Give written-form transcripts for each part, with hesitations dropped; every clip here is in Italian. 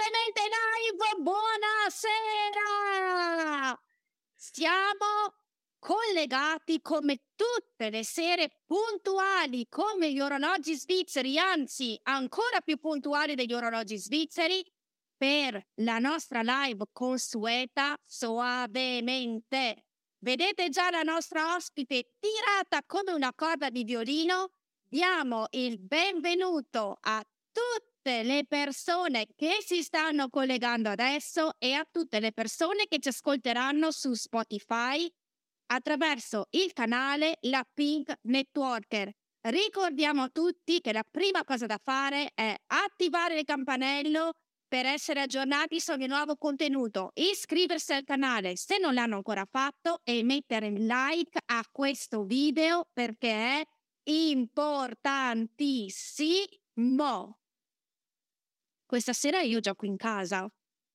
Suavemente Live, buonasera! Siamo collegati come tutte le sere, puntuali come gli orologi svizzeri, anzi ancora più puntuali degli orologi svizzeri, per la nostra live consueta Suavemente. Vedete già la nostra ospite tirata come una corda di violino? Diamo il benvenuto a tutte le persone che si stanno collegando adesso e a tutte le persone che ci ascolteranno su Spotify attraverso il canale La Pink Networker. Ricordiamo a tutti che la prima cosa da fare è attivare il campanello per essere aggiornati su ogni nuovo contenuto, iscriversi al canale se non l'hanno ancora fatto e mettere like a questo video perché è importantissimo. Questa sera io gioco in casa.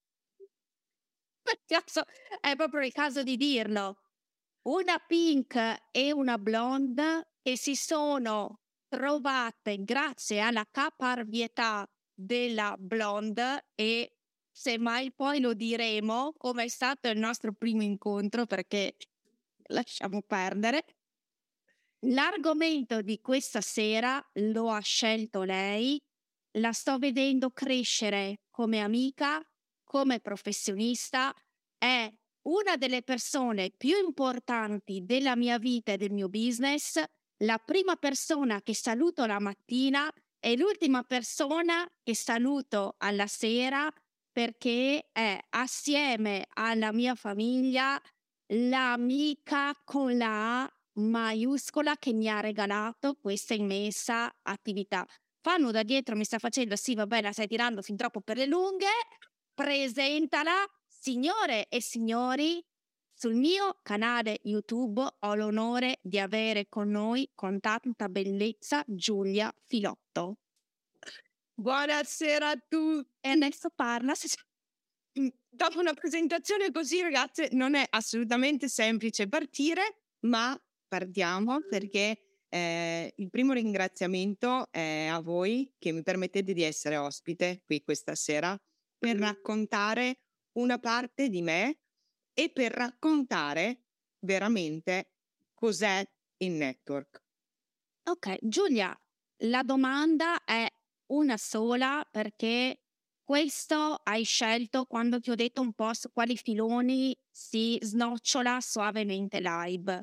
È proprio il caso di dirlo. Una pink e una blonde che si sono trovate grazie alla caparbietà della blonde e semmai poi lo diremo come è stato il nostro primo incontro perché lasciamo perdere. L'argomento di questa sera lo ha scelto lei, la sto vedendo crescere come amica, come professionista, è una delle persone più importanti della mia vita e del mio business, la prima persona che saluto la mattina e l'ultima persona che saluto alla sera perché è assieme alla mia famiglia l'amica con la A maiuscola che mi ha regalato questa immensa attività. Fanno da dietro mi sta facendo, sì vabbè la stai tirando fin troppo per le lunghe, presentala. Signore e signori, sul mio canale YouTube ho l'onore di avere con noi, con tanta bellezza, Giulia Filotto. Buonasera a tutti. E adesso parla. Dopo una presentazione così, ragazze, non è assolutamente semplice partire, ma partiamo perché il primo ringraziamento è a voi che mi permettete di essere ospite qui questa sera per raccontare una parte di me e per raccontare veramente cos'è il network. Ok, Giulia, la domanda è una sola perché questo hai scelto quando ti ho detto un po' su quali filoni si snocciola Suavemente Live.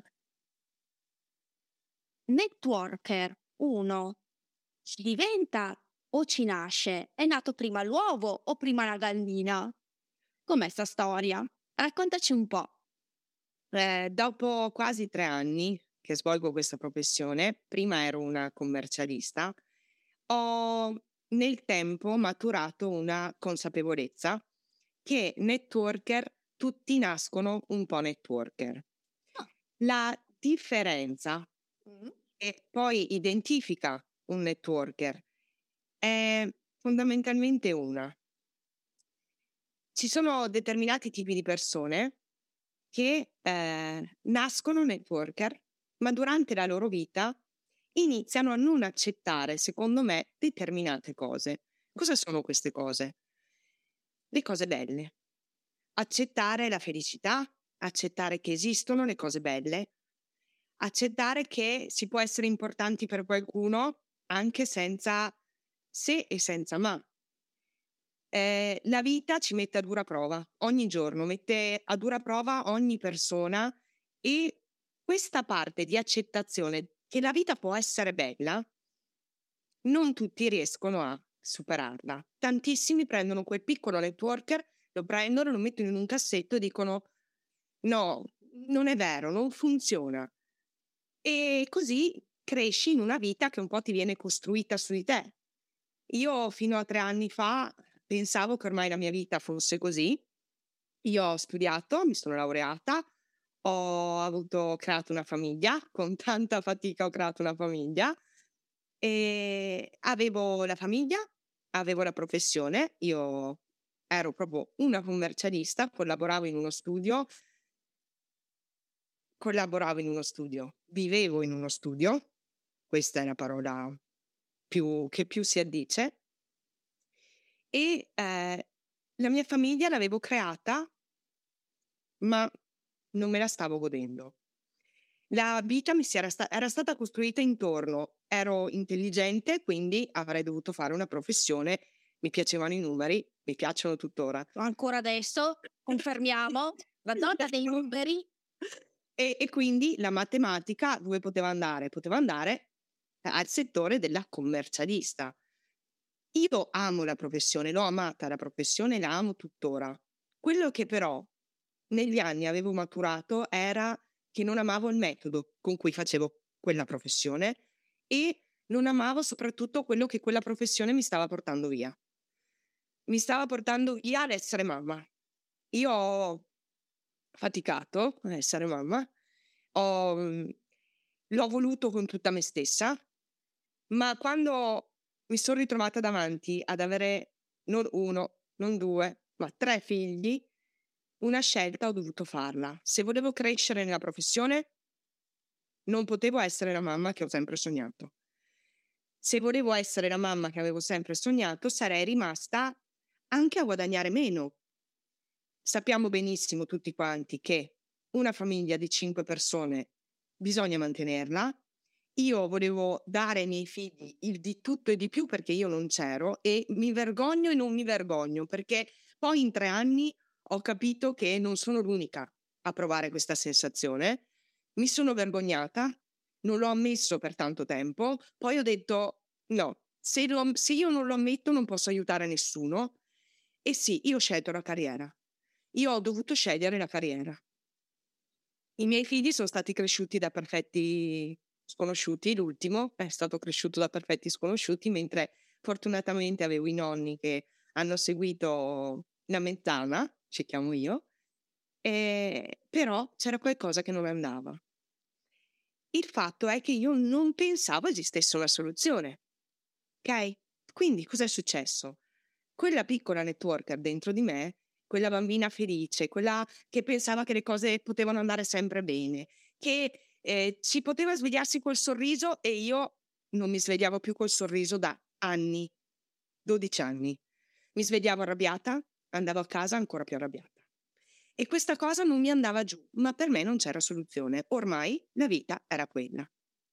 Networker 1 ci diventa o ci nasce? È nato prima l'uovo o prima la gallina? Com'è sta storia? Raccontaci un po'. Dopo quasi 3 anni che svolgo questa professione, prima ero una commercialista, ho nel tempo maturato una consapevolezza che networker, tutti nascono un po' networker. Ah. La differenza che poi identifica un networker è fondamentalmente una. Ci sono determinati tipi di persone che nascono networker, ma durante la loro vita iniziano a non accettare, secondo me, determinate cose. Cosa sono queste cose? Le cose belle. Accettare la felicità, accettare che esistono le cose belle, accettare che si può essere importanti per qualcuno anche senza se e senza ma. La vita ci mette a dura prova, ogni giorno, mette a dura prova ogni persona e questa parte di accettazione che la vita può essere bella, non tutti riescono a superarla. Tantissimi prendono quel piccolo networker, lo prendono, lo mettono in un cassetto e dicono no, non è vero, non funziona. E così cresci in una vita che un po' ti viene costruita su di te. Io fino a 3 anni fa pensavo che ormai la mia vita fosse così. Io ho studiato, mi sono laureata, ho creato una famiglia, con tanta fatica ho creato una famiglia e avevo la famiglia, avevo la professione, io ero proprio una commercialista, collaboravo in uno studio, vivevo in uno studio, questa è la parola che più si addice, e la mia famiglia l'avevo creata, ma non me la stavo godendo. La vita era stata costruita intorno. Ero intelligente, quindi avrei dovuto fare una professione. Mi piacevano i numeri, mi piacciono tuttora. Ancora adesso, confermiamo, la donna dei numeri. E quindi la matematica dove poteva andare? Poteva andare al settore della commercialista. Io amo la professione, l'ho amata la professione, la amo tuttora. Quello che però negli anni avevo maturato era che non amavo il metodo con cui facevo quella professione e non amavo soprattutto quello che quella professione mi stava portando via. Mi stava portando via ad essere mamma. Io ho faticato a essere mamma, l'ho voluto con tutta me stessa, ma quando mi sono ritrovata davanti ad avere non 1, non 2, ma 3 figli, una scelta ho dovuto farla. Se volevo crescere nella professione, non potevo essere la mamma che ho sempre sognato. Se volevo essere la mamma che avevo sempre sognato, sarei rimasta anche a guadagnare meno. Sappiamo benissimo tutti quanti che una famiglia di 5 persone bisogna mantenerla. Io volevo dare ai miei figli il di tutto e di più perché io non c'ero e mi vergogno e non mi vergogno perché poi in 3 anni ho capito che non sono l'unica a provare questa sensazione. Mi sono vergognata, non l'ho ammesso per tanto tempo, poi ho detto no, se io non lo ammetto non posso aiutare nessuno. E sì, io ho scelto la carriera. Io ho dovuto scegliere la carriera. I miei figli sono stati cresciuti da perfetti sconosciuti, l'ultimo è stato cresciuto da perfetti sconosciuti, mentre fortunatamente avevo i nonni che hanno seguito la mentana, ci chiamo io, però c'era qualcosa che non andava. Il fatto è che io non pensavo esistesse una soluzione, ok? Quindi cos'è successo? Quella piccola networker dentro di me, quella bambina felice, quella che pensava che le cose potevano andare sempre bene, che ci poteva svegliarsi col sorriso e io non mi svegliavo più col sorriso da anni, 12 anni. Mi svegliavo arrabbiata, andavo a casa ancora più arrabbiata. E questa cosa non mi andava giù, ma per me non c'era soluzione. Ormai la vita era quella.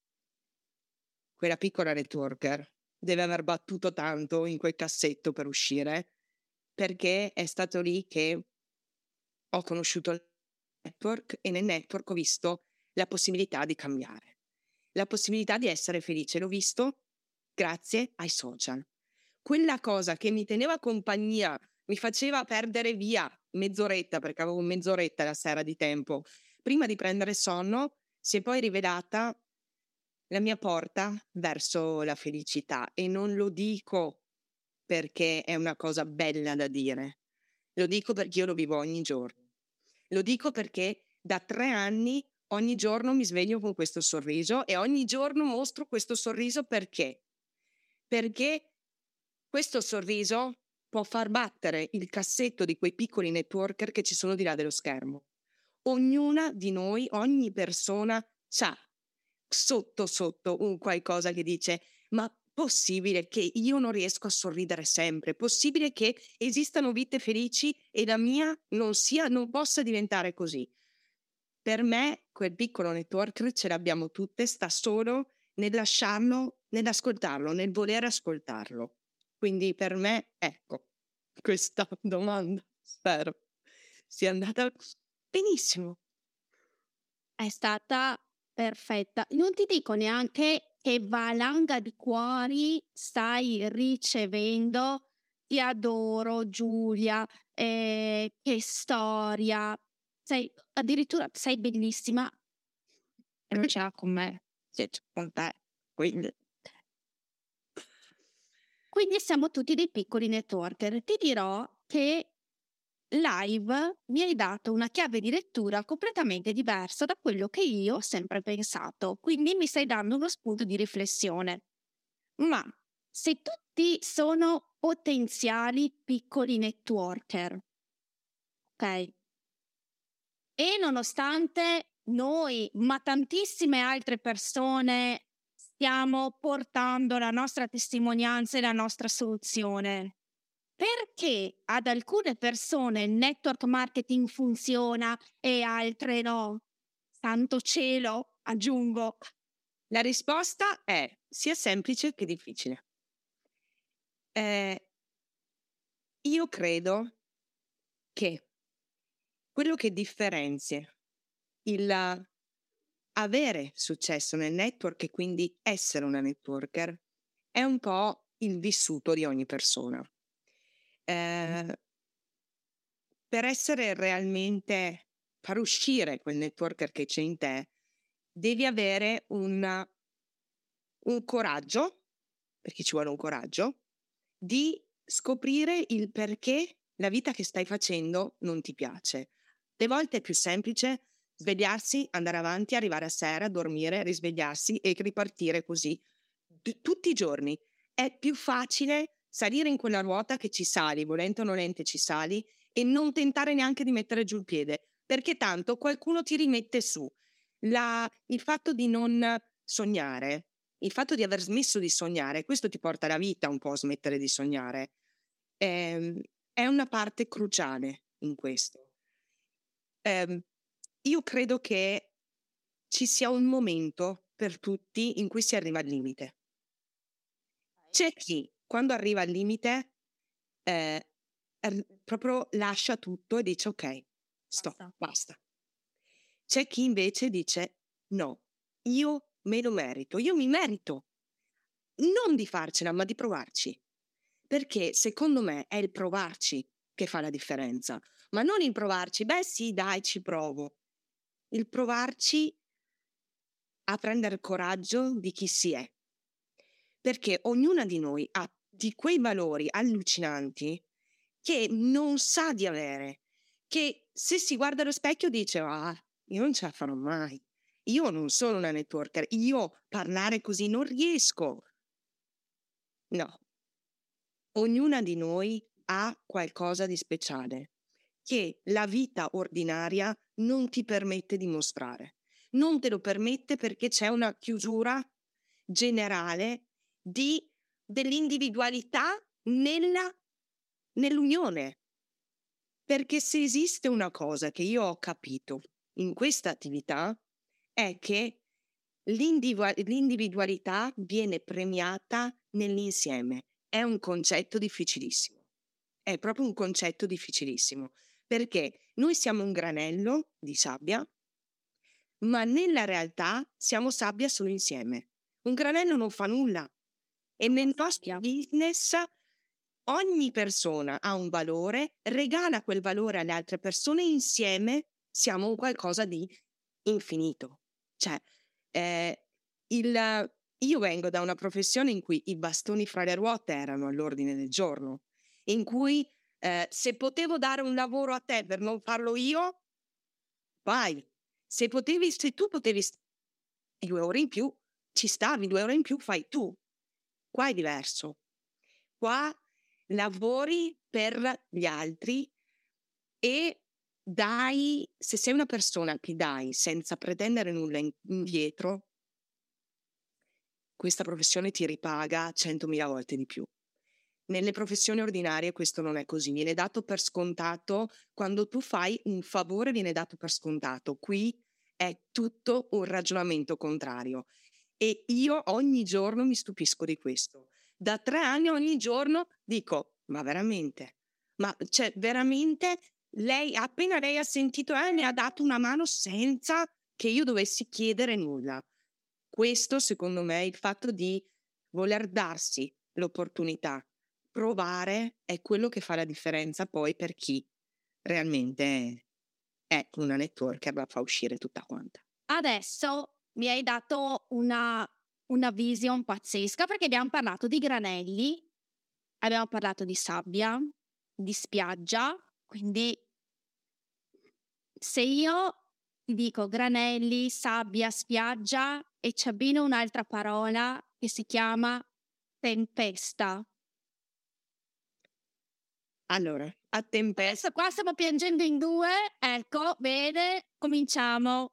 Quella piccola networker deve aver battuto tanto in quel cassetto per uscire, perché è stato lì che ho conosciuto il network e nel network ho visto la possibilità di cambiare, la possibilità di essere felice. L'ho visto grazie ai social. Quella cosa che mi teneva compagnia, mi faceva perdere via mezz'oretta, perché avevo mezz'oretta la sera di tempo, prima di prendere sonno, si è poi rivelata la mia porta verso la felicità. E non lo dico perché è una cosa bella da dire, lo dico perché io lo vivo ogni giorno. Lo dico perché da 3 anni ogni giorno mi sveglio con questo sorriso e ogni giorno mostro questo sorriso perché? Perché questo sorriso può far battere il cassetto di quei piccoli networker che ci sono di là dello schermo. Ognuna di noi, ogni persona c'ha sotto un qualcosa che dice ma possibile che io non riesco a sorridere sempre? Possibile che esistano vite felici e la mia non possa diventare così? Per me quel piccolo network ce l'abbiamo tutte, sta solo nel lasciarlo, nell'ascoltarlo, nel voler ascoltarlo. Quindi per me, ecco, questa domanda spero sia andata benissimo. È stata perfetta. Non ti dico neanche che valanga di cuori stai ricevendo. Ti adoro, Giulia. Che storia. Addirittura sei bellissima e non ce l'ha con me, c'è con te. Quindi siamo tutti dei piccoli networker. Ti dirò che live mi hai dato una chiave di lettura completamente diversa da quello che io ho sempre pensato, quindi mi stai dando uno spunto di riflessione. Ma se tutti sono potenziali piccoli networker, ok? E nonostante noi, ma tantissime altre persone, stiamo portando la nostra testimonianza e la nostra soluzione, perché ad alcune persone il network marketing funziona e altre no? Santo cielo, aggiungo. La risposta è sia semplice che difficile. Io credo che quello che differenzia il avere successo nel network e quindi essere una networker è un po' il vissuto di ogni persona. Per essere realmente, far uscire quel networker che c'è in te, devi avere un coraggio, perché ci vuole un coraggio, di scoprire il perché la vita che stai facendo non ti piace. Le volte è più semplice svegliarsi, andare avanti, arrivare a sera, dormire, risvegliarsi e ripartire così tutti i giorni. È più facile salire in quella ruota che ci sali, volente o nolente ci sali, e non tentare neanche di mettere giù il piede, perché tanto qualcuno ti rimette su. Il fatto di non sognare, il fatto di aver smesso di sognare, questo ti porta la vita un po' a smettere di sognare. È una parte cruciale in questo. Io credo che ci sia un momento per tutti in cui si arriva al limite. C'è chi, quando arriva al limite, proprio lascia tutto e dice ok, stop, basta. C'è chi invece dice no, io me lo merito, io mi merito non di farcela, ma di provarci. Perché secondo me è il provarci che fa la differenza, ma non il provarci, beh sì, dai, ci provo. Il provarci a prendere coraggio di chi si è. Perché ognuna di noi ha di quei valori allucinanti che non sa di avere, che se si guarda allo specchio dice io non ce la farò mai, io non sono una networker, io parlare così non riesco. No, ognuna di noi ha qualcosa di speciale che la vita ordinaria non ti permette di mostrare. Non te lo permette perché c'è una chiusura generale dell'individualità nell'unione. Perché se esiste una cosa che io ho capito in questa attività è che l'individualità viene premiata nell'insieme. È un concetto difficilissimo. È proprio un concetto difficilissimo. Perché noi siamo un granello di sabbia, ma nella realtà siamo sabbia solo insieme. Un granello non fa nulla. E nel nostro business ogni persona ha un valore, regala quel valore alle altre persone e insieme siamo un qualcosa di infinito. Cioè, io vengo da una professione in cui i bastoni fra le ruote erano all'ordine del giorno, in cui se potevo dare un lavoro a te per non farlo io, vai. Se tu potevi 2 ore in più, ci stavi, 2 ore in più fai tu. Qua è diverso. Qua lavori per gli altri e dai, se sei una persona che dai senza pretendere nulla indietro, questa professione ti ripaga 100.000 volte di più. Nelle professioni ordinarie questo non è così, viene dato per scontato, quando tu fai un favore viene dato per scontato, qui è tutto un ragionamento contrario e io ogni giorno mi stupisco di questo. Da 3 anni ogni giorno dico, ma veramente? Ma cioè veramente appena lei ha sentito mi ha dato una mano senza che io dovessi chiedere nulla. Questo secondo me è il fatto di voler darsi l'opportunità, provare è quello che fa la differenza poi per chi realmente è una networker, la fa uscire tutta quanta. Adesso mi hai dato una vision pazzesca perché abbiamo parlato di granelli, abbiamo parlato di sabbia, di spiaggia, quindi se io ti dico granelli, sabbia, spiaggia e ci abbino un'altra parola che si chiama tempesta. Allora, a tempesta. Adesso qua stiamo piangendo in 2, ecco, bene, cominciamo.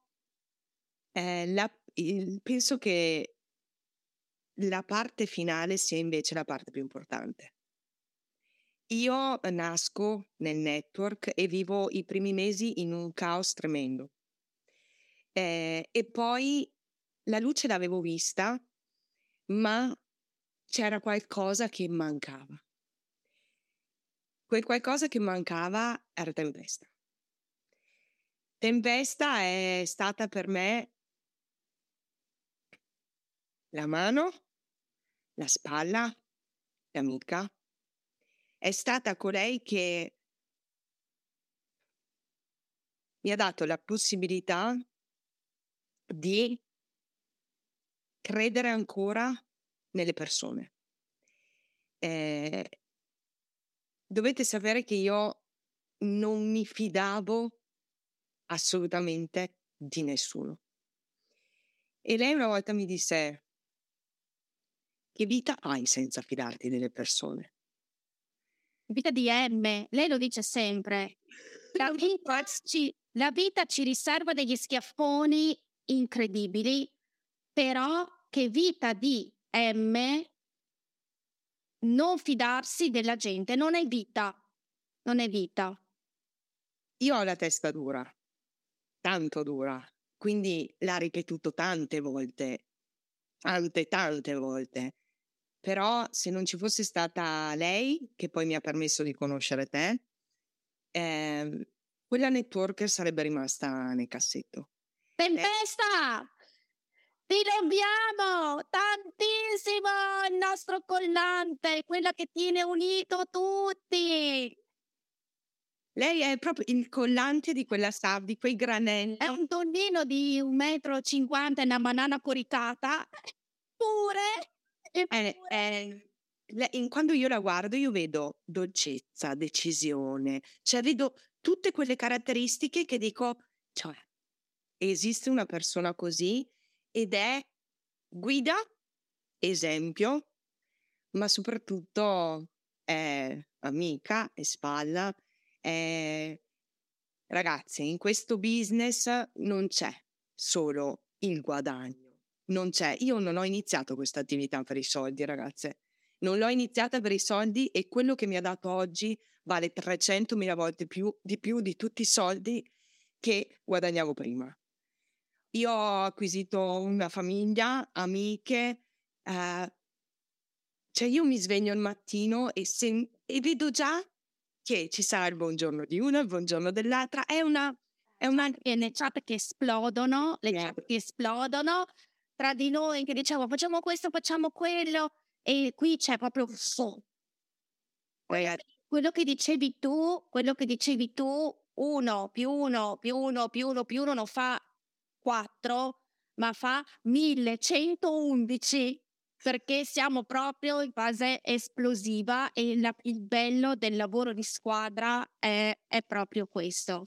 Penso che la parte finale sia invece la parte più importante. io nasco nel network e vivo i primi mesi in un caos tremendo. E poi la luce l'avevo vista, ma c'era qualcosa che mancava. Quel qualcosa che mancava era Tempesta. Tempesta è stata per me la mano, la spalla, l'amica. È stata colei che mi ha dato la possibilità di credere ancora nelle persone. Dovete sapere che io non mi fidavo assolutamente di nessuno. E lei una volta mi disse: che vita hai senza fidarti delle persone? Vita di M, lei lo dice sempre. La vita ci riserva degli schiaffoni incredibili, però che vita di M non fidarsi della gente, non è vita, non è vita. Io ho la testa dura, tanto dura, quindi l'ha ripetuto tante volte, tante volte. Però se non ci fosse stata lei, che poi mi ha permesso di conoscere te, quella networker sarebbe rimasta nel cassetto. Tempesta! Ti dobbiamo tantissimo il nostro collante, quella che tiene unito tutti. Lei è proprio il collante di quella di quei granelli. È un tonnino di 1,50 m e una banana coricata. Quando io la guardo, io vedo dolcezza, decisione, cioè vedo tutte quelle caratteristiche che dico, cioè, esiste una persona così ed è guida, esempio, ma soprattutto è amica e spalla. Ragazzi, in questo business non c'è solo il guadagno, non c'è. Io non ho iniziato questa attività per i soldi, ragazze. Non l'ho iniziata per i soldi e quello che mi ha dato oggi vale 300.000 volte di più di tutti i soldi che guadagnavo prima. Io ho acquisito una famiglia, amiche, cioè io mi sveglio al mattino e vedo già che ci sarà il buongiorno di una, il buongiorno dell'altra. È una le chat che esplodono, tra di noi che diciamo facciamo questo, facciamo quello, e qui c'è proprio quello che dicevi tu, 1 più 1 più 1 più 1 più 1 non fa 4, ma fa 1111, perché siamo proprio in fase esplosiva e il bello del lavoro di squadra è proprio questo.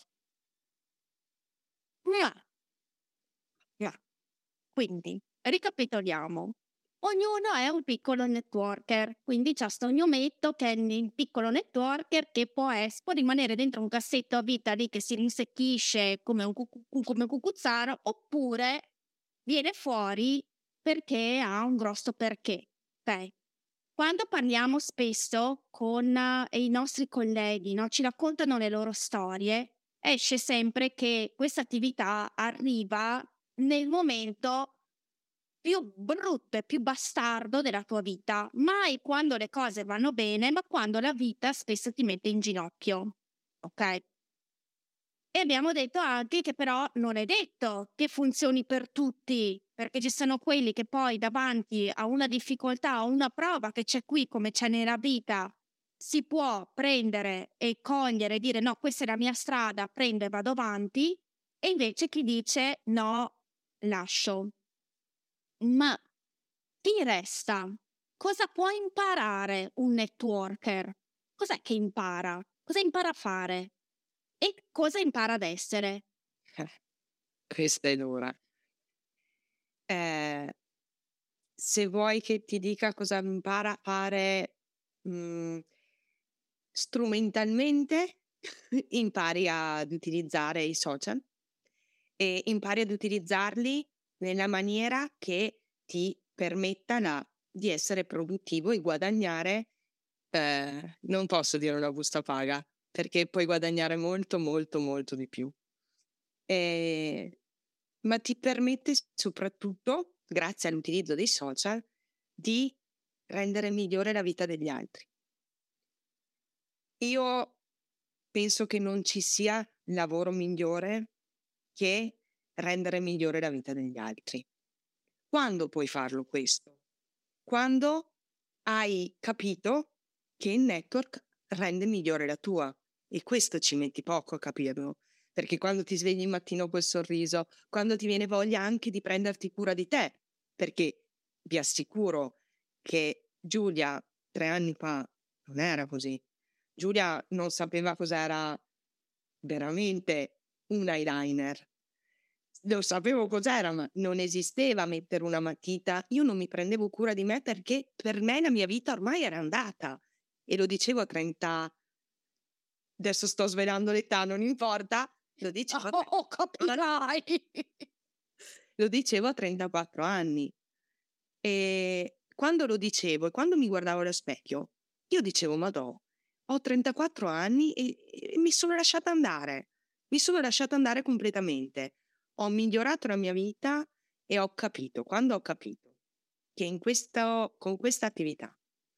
Quindi, ricapitoliamo. Ognuno è un piccolo networker, quindi c'è sto gnometto che è il piccolo networker che può rimanere dentro un cassetto a vita lì che si rinsecchisce come un cucuzzaro, oppure viene fuori perché ha un grosso perché. Ok? Quando parliamo spesso con i nostri colleghi, no, ci raccontano le loro storie, esce sempre che questa attività arriva nel momento più brutto e più bastardo della tua vita, mai quando le cose vanno bene, ma quando la vita spesso ti mette in ginocchio, ok? E abbiamo detto anche che però non è detto che funzioni per tutti, perché ci sono quelli che poi davanti a una difficoltà o una prova che c'è qui, come c'è nella vita, si può prendere e cogliere e dire no, questa è la mia strada, prendo e vado avanti, e invece chi dice no, lascio. Ma chi resta? Cosa può imparare un networker? Cos'è che impara? Cosa impara a fare? E cosa impara ad essere? Questa è dura. Se vuoi che ti dica cosa impara a fare strumentalmente, impari ad utilizzare i social e impari ad utilizzarli nella maniera che ti permetta di essere produttivo e guadagnare non posso dire una busta paga, perché puoi guadagnare molto, molto, molto di più. Ma ti permette soprattutto, grazie all'utilizzo dei social, di rendere migliore la vita degli altri. Io penso che non ci sia lavoro migliore che rendere migliore la vita degli altri. Quando puoi farlo questo? Quando hai capito che il network rende migliore la tua, e questo ci metti poco a capirlo, perché quando ti svegli il mattino col sorriso, quando ti viene voglia anche di prenderti cura di te, perché vi assicuro che Giulia 3 anni fa non era così. Giulia non sapeva cos'era veramente un eyeliner. Lo sapevo cos'era, ma non esisteva mettere una matita. Io non mi prendevo cura di me perché per me la mia vita ormai era andata. E lo dicevo a 30. Adesso sto svelando l'età, non importa. Lo dicevo capirai! lo dicevo a 34 anni. E quando lo dicevo e quando mi guardavo allo specchio, io dicevo, Madò, ho 34 anni e mi sono lasciata andare. Mi sono lasciata andare completamente. Ho migliorato la mia vita e ho capito, quando ho capito che con questa attività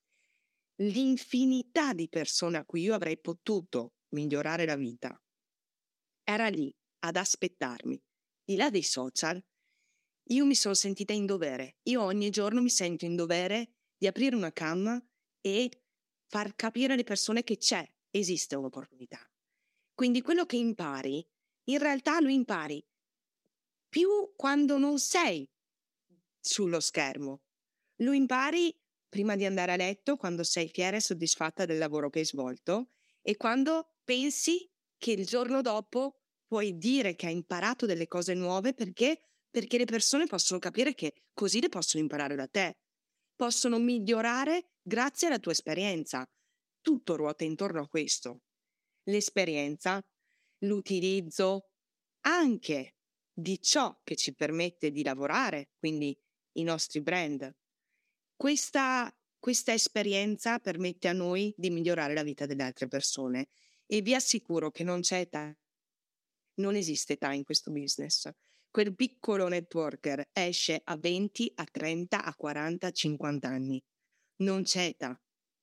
l'infinità di persone a cui io avrei potuto migliorare la vita era lì ad aspettarmi. Di là dei social, io mi sono sentita in dovere. Io ogni giorno mi sento in dovere di aprire una cam e far capire alle persone che esiste un'opportunità. Quindi quello che impari, in realtà lo impari più quando non sei sullo schermo. Lo impari prima di andare a letto, quando sei fiera e soddisfatta del lavoro che hai svolto e quando pensi che il giorno dopo puoi dire che hai imparato delle cose nuove perché le persone possono capire che così le possono imparare da te. Possono migliorare grazie alla tua esperienza. Tutto ruota intorno a questo. L'esperienza, l'utilizzo anche di ciò che ci permette di lavorare, quindi i nostri brand. Questa esperienza permette a noi di migliorare la vita delle altre persone e vi assicuro che non c'è età, non esiste età in questo business. Quel piccolo networker esce a 20, a 30, a 40, a 50 anni. Non c'è età.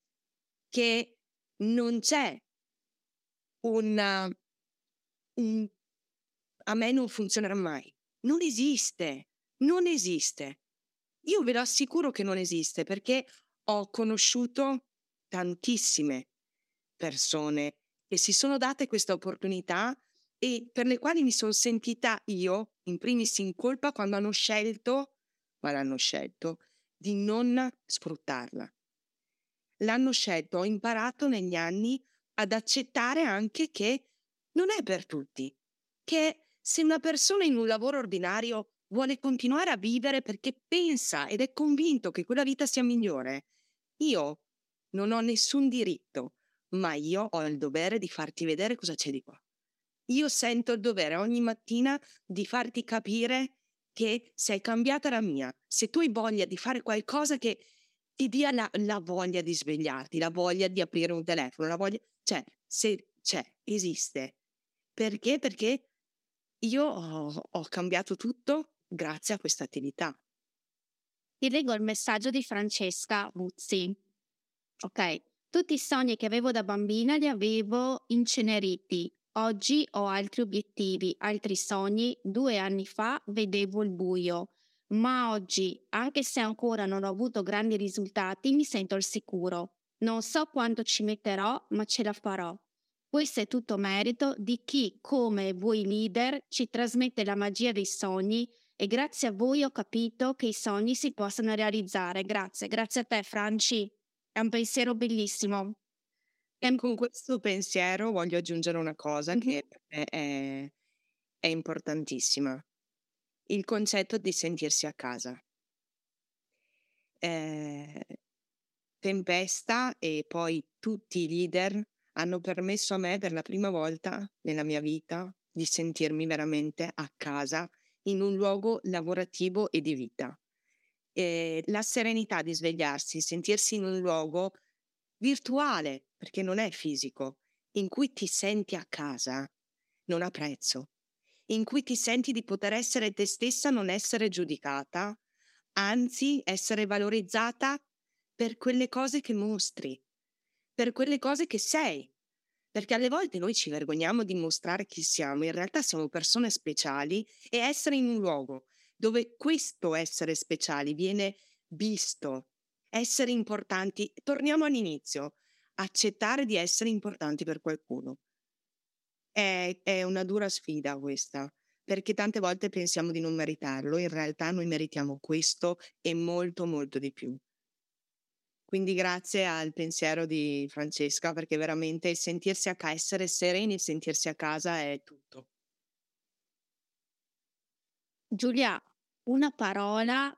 Che non c'è un a me non funzionerà mai. Non esiste, non esiste. Io ve lo assicuro che non esiste perché ho conosciuto tantissime persone che si sono date questa opportunità e per le quali mi sono sentita io, in primis in colpa, quando hanno scelto di non sfruttarla. L'hanno scelto, ho imparato negli anni ad accettare anche che non è per tutti, che se una persona in un lavoro ordinario vuole continuare a vivere perché pensa ed è convinto che quella vita sia migliore, io non ho nessun diritto, ma io ho il dovere di farti vedere cosa c'è di qua. Io sento il dovere ogni mattina di farti capire che sei cambiata la mia. Se tu hai voglia di fare qualcosa che ti dia la voglia di svegliarti, la voglia di aprire un telefono, la voglia... esiste. Perché? Perché io ho cambiato tutto grazie a questa attività. Ti leggo il messaggio di Francesca Buzzi. Ok, tutti i sogni che avevo da bambina li avevo inceneriti. Oggi ho altri obiettivi, altri sogni. 2 anni fa vedevo il buio, ma oggi, anche se ancora non ho avuto grandi risultati, mi sento al sicuro. Non so quanto ci metterò, ma ce la farò. Questo è tutto merito di chi, come voi leader, ci trasmette la magia dei sogni e grazie a voi ho capito che i sogni si possono realizzare. Grazie a te, Franci. È un pensiero bellissimo. E con questo pensiero voglio aggiungere una cosa che per me è importantissima. Il concetto di sentirsi a casa. Tempesta e poi tutti i leader hanno permesso a me per la prima volta nella mia vita di sentirmi veramente a casa in un luogo lavorativo e di vita. La serenità di svegliarsi, sentirsi in un luogo virtuale, perché non è fisico, in cui ti senti a casa, non ha prezzo, in cui ti senti di poter essere te stessa, non essere giudicata, anzi essere valorizzata per quelle cose che mostri, per quelle cose che sei. Perché alle volte noi ci vergogniamo di mostrare chi siamo, in realtà siamo persone speciali e essere in un luogo dove questo essere speciali viene visto, essere importanti, torniamo all'inizio, accettare di essere importanti per qualcuno. È una dura sfida questa, perché tante volte pensiamo di non meritarlo, in realtà noi meritiamo questo e molto, molto di più. Quindi grazie al pensiero di Francesca, perché veramente sentirsi essere sereni e sentirsi a casa è tutto. Giulia, una parola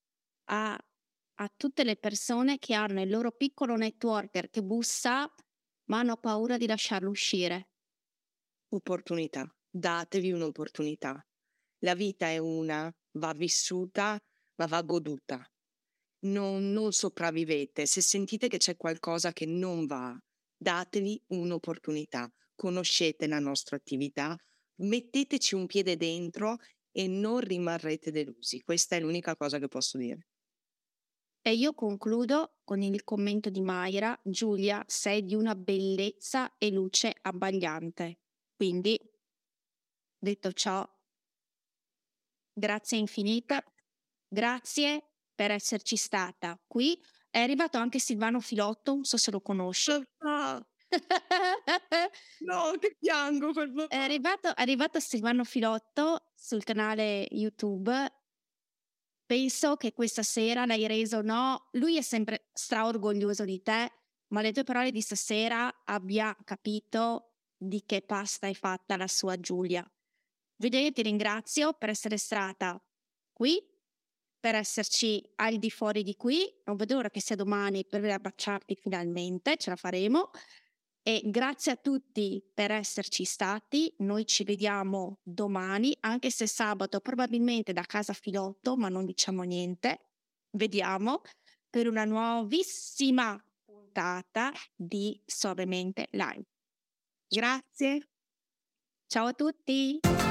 a tutte le persone che hanno il loro piccolo networker che bussa, ma hanno paura di lasciarlo uscire. Opportunità, datevi un'opportunità. La vita è una, va vissuta, ma va goduta. Non sopravvivete. Se sentite che c'è qualcosa che non va, datevi un'opportunità. Conoscete la nostra attività, metteteci un piede dentro e non rimarrete delusi. Questa è l'unica cosa che posso dire. E io concludo con il commento di Mayra: Giulia, sei di una bellezza e luce abbagliante. Quindi, detto ciò, grazie infinita, grazie per esserci stata qui. È arrivato anche Silvano Filotto, non so se lo conosci. Ah, no, che piango per È arrivato Silvano Filotto sul canale YouTube. Penso che questa sera l'hai reso, no? Lui è sempre straorgoglioso di te, ma le tue parole di stasera abbia capito di che pasta è fatta la sua Giulia. Giulia, io ti ringrazio per essere stata qui, per esserci al di fuori di qui. Non vedo l'ora che sia domani per abbracciarti finalmente, ce la faremo. E grazie a tutti per esserci stati. Noi ci vediamo domani, anche se sabato probabilmente da casa Filotto, ma non diciamo niente. Vediamo per una nuovissima puntata di Suavemente Live. Grazie. Ciao a tutti!